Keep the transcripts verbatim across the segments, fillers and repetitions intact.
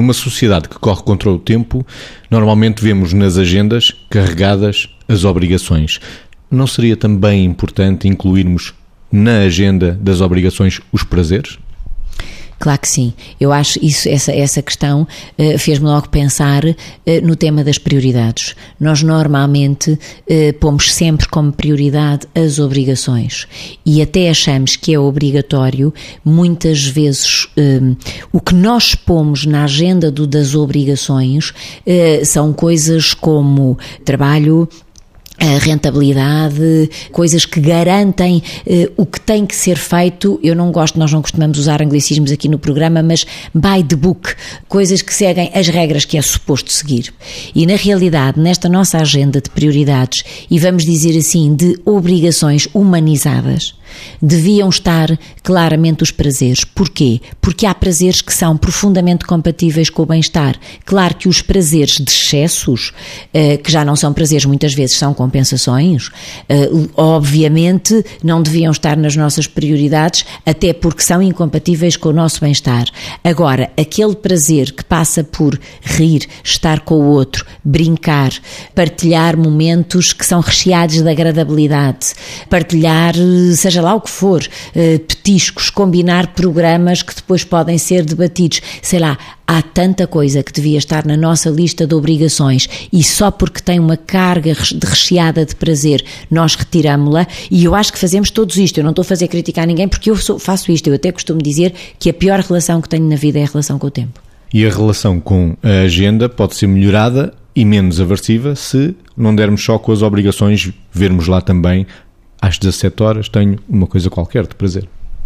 Numa sociedade que corre contra o tempo, normalmente vemos nas agendas carregadas as obrigações. Não seria também importante incluirmos na agenda das obrigações os prazeres? Claro que sim. Eu acho isso, essa, essa questão uh, fez-me logo pensar uh, no tema das prioridades. Nós normalmente uh, pomos sempre como prioridade as obrigações e até achamos que é obrigatório, muitas vezes uh, o que nós pomos na agenda do, das obrigações uh, são coisas como trabalho, a rentabilidade, coisas que garantem uh, o que tem que ser feito. Eu não gosto, nós não costumamos usar anglicismos aqui no programa, mas by the book, coisas que seguem as regras que é suposto seguir. E na realidade, nesta nossa agenda de prioridades, e vamos dizer assim, de obrigações humanizadas, deviam estar claramente os prazeres. Porquê? Porque há prazeres que são profundamente compatíveis com o bem-estar. Claro que os prazeres de excessos, uh, que já não são prazeres, muitas vezes são compensações, uh, obviamente não deviam estar nas nossas prioridades, até porque são incompatíveis com o nosso bem-estar. Agora, aquele prazer que passa por rir, estar com o outro, brincar, partilhar momentos que são recheados de agradabilidade, partilhar, seja lá o que for, uh, petiscos, combinar programas que depois podem ser debatidos, sei lá, há tanta coisa que devia estar na nossa lista de obrigações e só porque tem uma carga de recheada de prazer nós retiramo-la, e eu acho que fazemos todos isto. Eu não estou a fazer criticar ninguém porque eu sou, faço isto. Eu até costumo dizer que a pior relação que tenho na vida é a relação com o tempo. E a relação com a agenda pode ser melhorada e menos aversiva se não dermos só com as obrigações, vermos lá também às dezassete horas tenho uma coisa qualquer de prazer.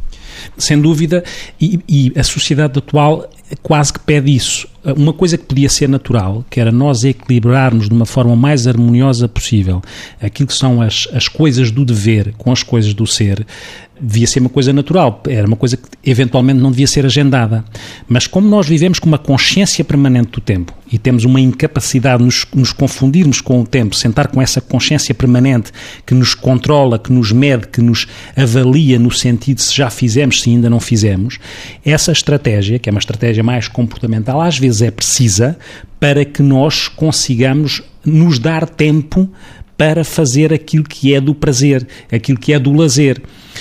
Sem dúvida, e, e a sociedade atual quase que pede isso. Uma coisa que podia ser natural, que era nós equilibrarmos de uma forma mais harmoniosa possível aquilo que são as, as coisas do dever com as coisas do ser, devia ser uma coisa natural, era uma coisa que eventualmente não devia ser agendada. Mas como nós vivemos com uma consciência permanente do tempo e temos uma incapacidade de nos, nos confundirmos com o tempo, sentar com essa consciência permanente que nos controla, que nos mede, que nos avalia no sentido de se já fizemos, se ainda não fizemos, essa estratégia, que é uma estratégia mais comportamental, às vezes é precisa para que nós consigamos nos dar tempo para fazer aquilo que é do prazer, aquilo que é do lazer.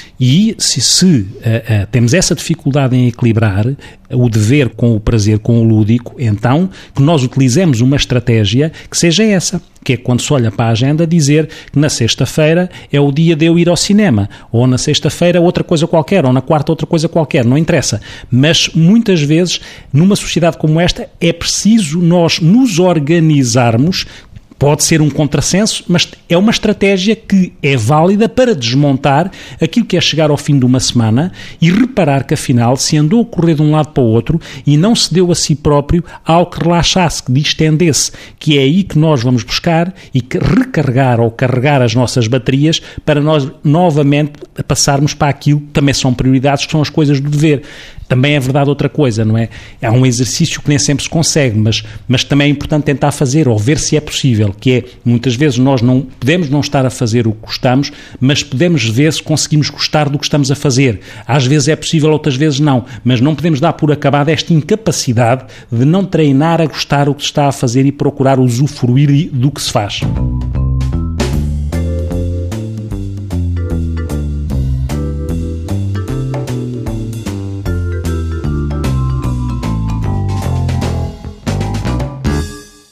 E se, se uh, uh, temos essa dificuldade em equilibrar o dever com o prazer, com o lúdico, então que nós utilizemos uma estratégia que seja essa, que é quando se olha para a agenda dizer que na sexta-feira é o dia de eu ir ao cinema, ou na sexta-feira outra coisa qualquer, ou na quarta outra coisa qualquer, não interessa. Mas muitas vezes, numa sociedade como esta, é preciso nós nos organizarmos. Pode ser um contrassenso, mas é uma estratégia que é válida para desmontar aquilo que é chegar ao fim de uma semana e reparar que, afinal, se andou a correr de um lado para o outro e não se deu a si próprio ao que relaxasse, que distendesse, que é aí que nós vamos buscar e que recarregar ou carregar as nossas baterias para nós novamente passarmos para aquilo que também são prioridades, que são as coisas do dever. Também é verdade outra coisa, não é? É um exercício que nem sempre se consegue, mas, mas também é importante tentar fazer ou ver se é possível, que é, muitas vezes nós não podemos não estar a fazer o que gostamos, mas podemos ver se conseguimos gostar do que estamos a fazer. Às vezes é possível, outras vezes não, mas não podemos dar por acabada esta incapacidade de não treinar a gostar o que se está a fazer e procurar usufruir do que se faz.